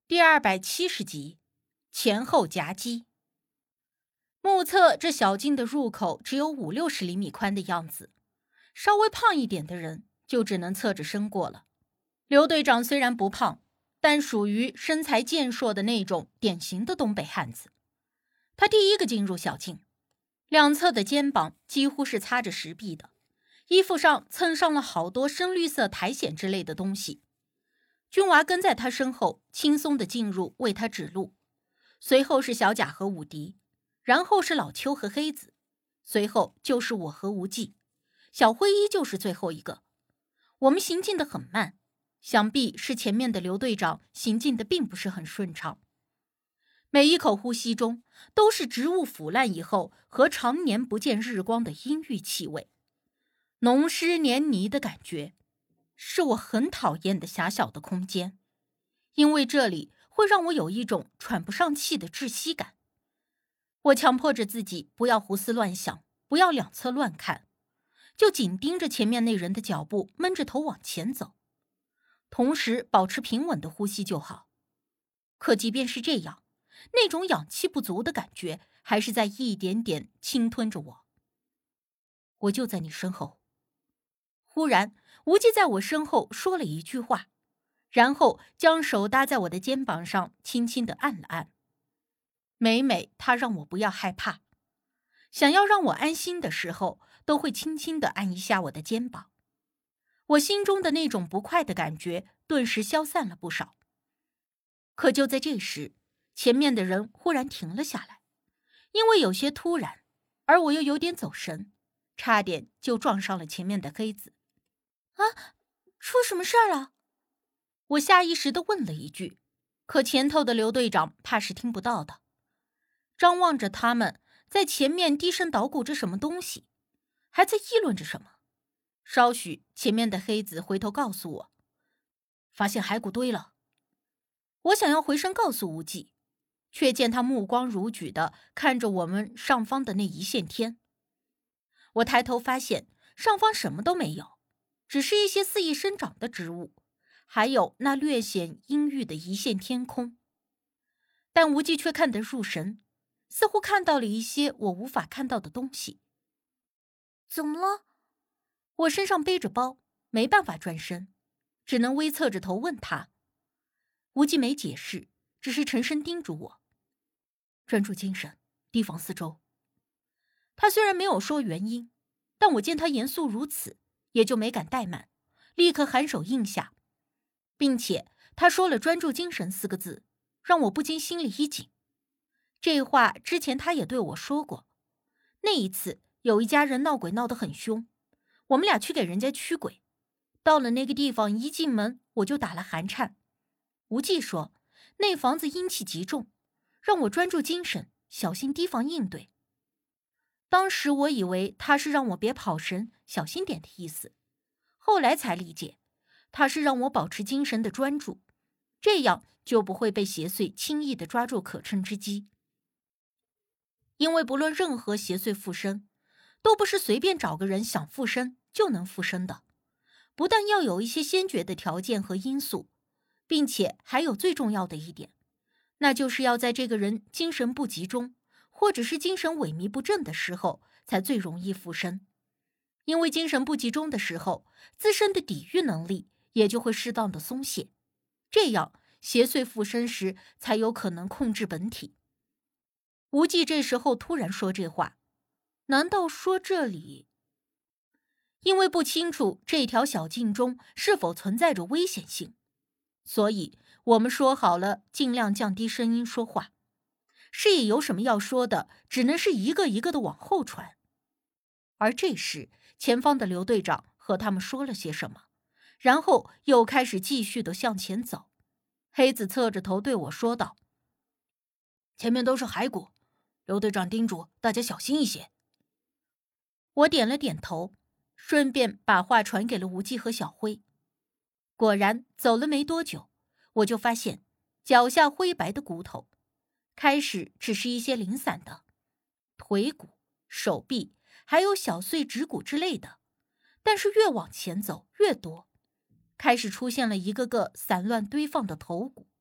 第270集，前后夹击。目测这小径的入口只有50-60厘米宽的样子，稍微胖一点的人就只能侧着身过了。刘队长虽然不胖，但属于身材健硕的那种典型的东北汉子。他第一个进入小径，两侧的肩膀几乎是擦着石壁的，衣服上蹭上了好多深绿色苔藓之类的东西。军娃跟在他身后，轻松地进入，为他指路。随后是小贾和武迪，然后是老邱和黑子，随后就是我和无忌，小灰依旧是最后一个。我们行进得很慢，想必是前面的刘队长行进得并不是很顺畅。每一口呼吸中都是植物腐烂以后和常年不见日光的阴郁气味，浓湿黏泥的感觉，是我很讨厌的狭小的空间，因为这里会让我有一种喘不上气的窒息感。我强迫着自己不要胡思乱想，不要两侧乱看，就紧盯着前面那人的脚步，闷着头往前走，同时保持平稳的呼吸就好。可即便是这样，那种氧气不足的感觉还是在一点点侵吞着我。我就在你身后。忽然，无忌在我身后说了一句话，然后将手搭在我的肩膀上，轻轻地按了按。每每他让我不要害怕，想要让我安心的时候，都会轻轻地按一下我的肩膀。我心中的那种不快的感觉顿时消散了不少。可就在这时，前面的人忽然停了下来，因为有些突然，而我又有点走神，差点就撞上了前面的黑子。啊，出什么事儿了？我下意识地问了一句，可前头的刘队长怕是听不到的，张望着他们，在前面低声捣鼓着什么东西，还在议论着什么。稍许，前面的黑子回头告诉我，发现骸骨堆了。我想要回身告诉无忌，却见他目光如炬地看着我们上方的那一线天。我抬头发现上方什么都没有，只是一些肆意生长的植物，还有那略显阴郁的一线天空。但无忌却看得入神，似乎看到了一些我无法看到的东西。怎么了？我身上背着包，没办法转身，只能微侧着头问他。无忌没解释，只是沉声叮嘱我，专注精神，提防四周。他虽然没有说原因，但我见他严肃如此，也就没敢怠慢，立刻颔首应下，并且他说了专注精神4个字，让我不禁心里一紧。这话之前他也对我说过，那一次有一家人闹鬼闹得很凶，我们俩去给人家驱鬼，到了那个地方一进门我就打了寒颤。无忌说那房子阴气极重，让我专注精神，小心提防应对。当时我以为他是让我别跑神，小心点的意思，后来才理解，他是让我保持精神的专注，这样就不会被邪祟轻易地抓住可乘之机。因为不论任何邪祟附身，都不是随便找个人想附身就能附身的，不但要有一些先决的条件和因素，并且还有最重要的一点，那就是要在这个人精神不集中，或者是精神萎靡不振的时候，才最容易附身。因为精神不集中的时候，自身的抵御能力也就会适当的松懈，这样邪祟附身时才有可能控制本体。无忌这时候突然说这话，难道说这里……因为不清楚这条小径中是否存在着危险性，所以我们说好了尽量降低声音说话，是也有什么要说的，只能是一个一个的往后传。而这时前方的刘队长和他们说了些什么，然后又开始继续的向前走。黑子侧着头对我说道，前面都是骸骨，刘队长叮嘱大家小心一些。我点了点头，顺便把话传给了无忌和小辉。果然走了没多久，我就发现脚下灰白的骨头开始只是一些零散的腿骨、手臂还有小碎指骨之类的，但是越往前走越多，开始出现了一个个散乱堆放的头骨、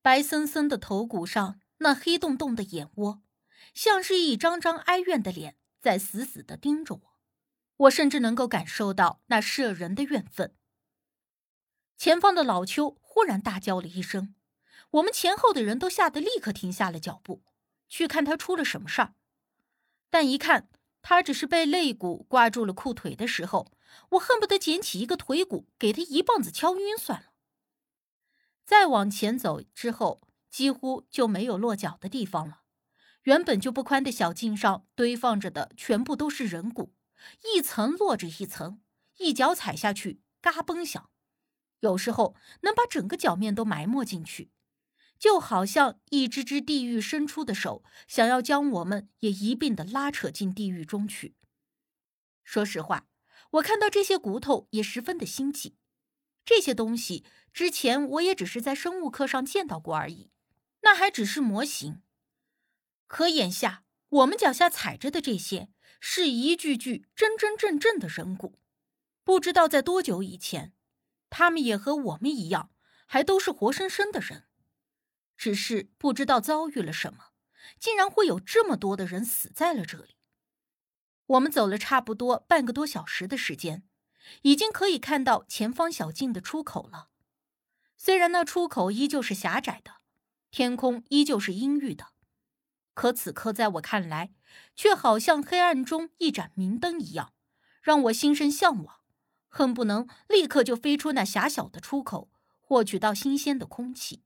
白森森的头骨上那黑洞洞的眼窝，像是一张张哀怨的脸在死死地盯着我。我甚至能够感受到那摄人的怨愤。前方的老邱忽然大叫了一声，我们前后的人都吓得立刻停下了脚步，去看他出了什么事儿。但一看他只是被肋骨挂住了裤腿的时候，我恨不得捡起一个腿骨给他一棒子敲晕算了。再往前走之后，几乎就没有落脚的地方了。原本就不宽的小径上堆放着的全部都是人骨，一层摞着一层，一脚踩下去嘎嘣响，有时候能把整个脚面都埋没进去，就好像一只只地狱伸出的手，想要将我们也一并的拉扯进地狱中去。说实话，我看到这些骨头也十分的新奇，这些东西之前我也只是在生物课上见到过而已，那还只是模型。可眼下我们脚下踩着的这些是一具具真真正正的人骨，不知道在多久以前，他们也和我们一样，还都是活生生的人，只是不知道遭遇了什么，竟然会有这么多的人死在了这里。我们走了差不多半个多小时的时间，已经可以看到前方小径的出口了。虽然那出口依旧是狭窄的，天空依旧是阴郁的，可此刻在我看来，却好像黑暗中一盏明灯一样，让我心生向往，恨不能立刻就飞出那狭小的出口，获取到新鲜的空气。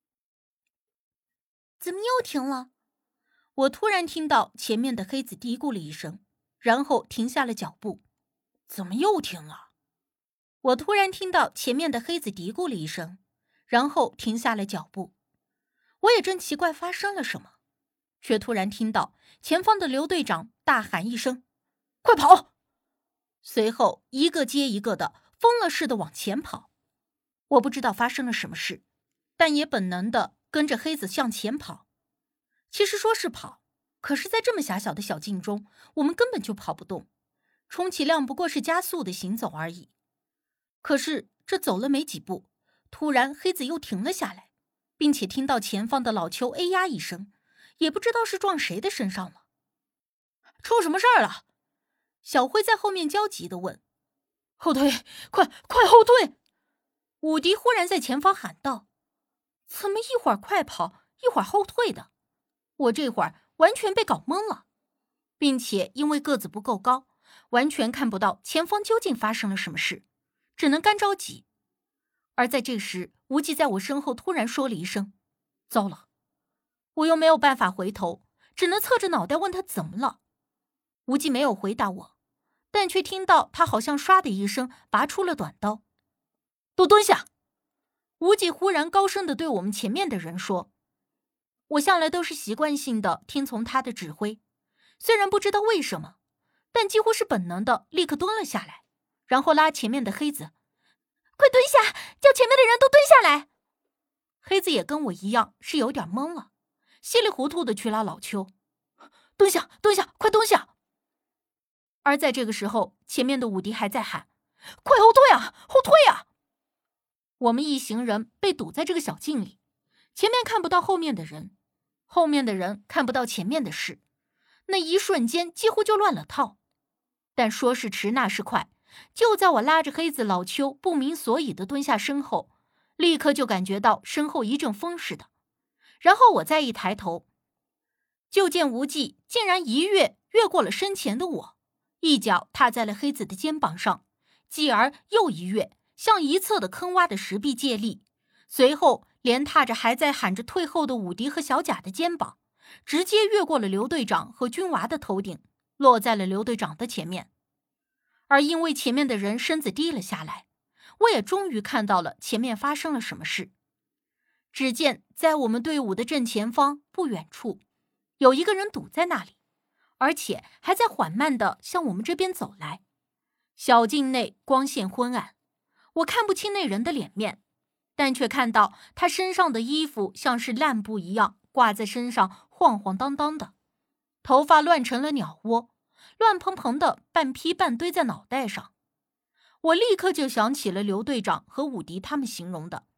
怎么又停了？我突然听到前面的黑子嘀咕了一声，然后停下了脚步。怎么又停了？我突然听到前面的黑子嘀咕了一声，然后停下了脚步。我也正奇怪发生了什么，却突然听到前方的刘队长大喊一声：“快跑！”随后一个接一个的疯了似的往前跑。我不知道发生了什么事，但也本能的跟着黑子向前跑。其实说是跑，可是在这么狭小的小径中，我们根本就跑不动，充其量不过是加速的行走而已。可是这走了没几步，突然黑子又停了下来，并且听到前方的老邱哎呀一声，也不知道是撞谁的身上了。出什么事儿了？小辉在后面焦急地问。后退，快后退！武迪忽然在前方喊道。怎么一会儿快跑，一会儿后退的？我这会儿完全被搞懵了，并且因为个子不够高，完全看不到前方究竟发生了什么事，只能干着急。而在这时，无忌在我身后突然说了一声：“糟了！”我又没有办法回头，只能侧着脑袋问他怎么了。无忌没有回答我，但却听到他好像唰的一声拔出了短刀。都蹲下！无忌忽然高声地对我们前面的人说。我向来都是习惯性的听从他的指挥，虽然不知道为什么，但几乎是本能的立刻蹲了下来，然后拉前面的黑子：“快蹲下，叫前面的人都蹲下来！”黑子也跟我一样是有点懵了，稀里糊涂的去拉老邱：“蹲下，蹲下，快蹲下！”而在这个时候，前面的武迪还在喊：“快后退啊，后退啊！”我们一行人被堵在这个小径里，前面看不到后面的人，后面的人看不到前面的事，那一瞬间几乎就乱了套。但说是迟那是快，就在我拉着黑子老邱不明所以的蹲下身后，立刻就感觉到身后一阵风似的，然后我再一抬头，就见无忌竟然一跃越过了身前的我，一脚踏在了黑子的肩膀上，继而又一跃向一侧的坑洼的石壁借力，随后连踏着还在喊着退后的武迪和小贾的肩膀，直接越过了刘队长和军娃的头顶，落在了刘队长的前面。而因为前面的人身子低了下来，我也终于看到了前面发生了什么事。只见在我们队伍的正前方不远处，有一个人堵在那里，而且还在缓慢地向我们这边走来。小径内光线昏暗，我看不清那人的脸面，但却看到他身上的衣服像是烂布一样挂在身上晃晃荡荡的，头发乱成了鸟窝，乱蓬蓬的半披半堆在脑袋上。我立刻就想起了刘队长和武迪他们形容的，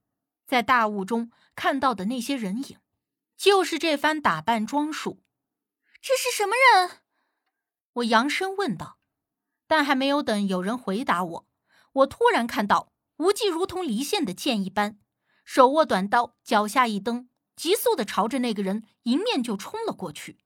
在大雾中看到的那些人影，就是这番打扮装束。 这是什么人？ 我扬声问道。但还没有等有人回答我，我突然看到无忌如同离线的箭一般，手握短刀，脚下一蹬，急速地朝着那个人迎面就冲了过去。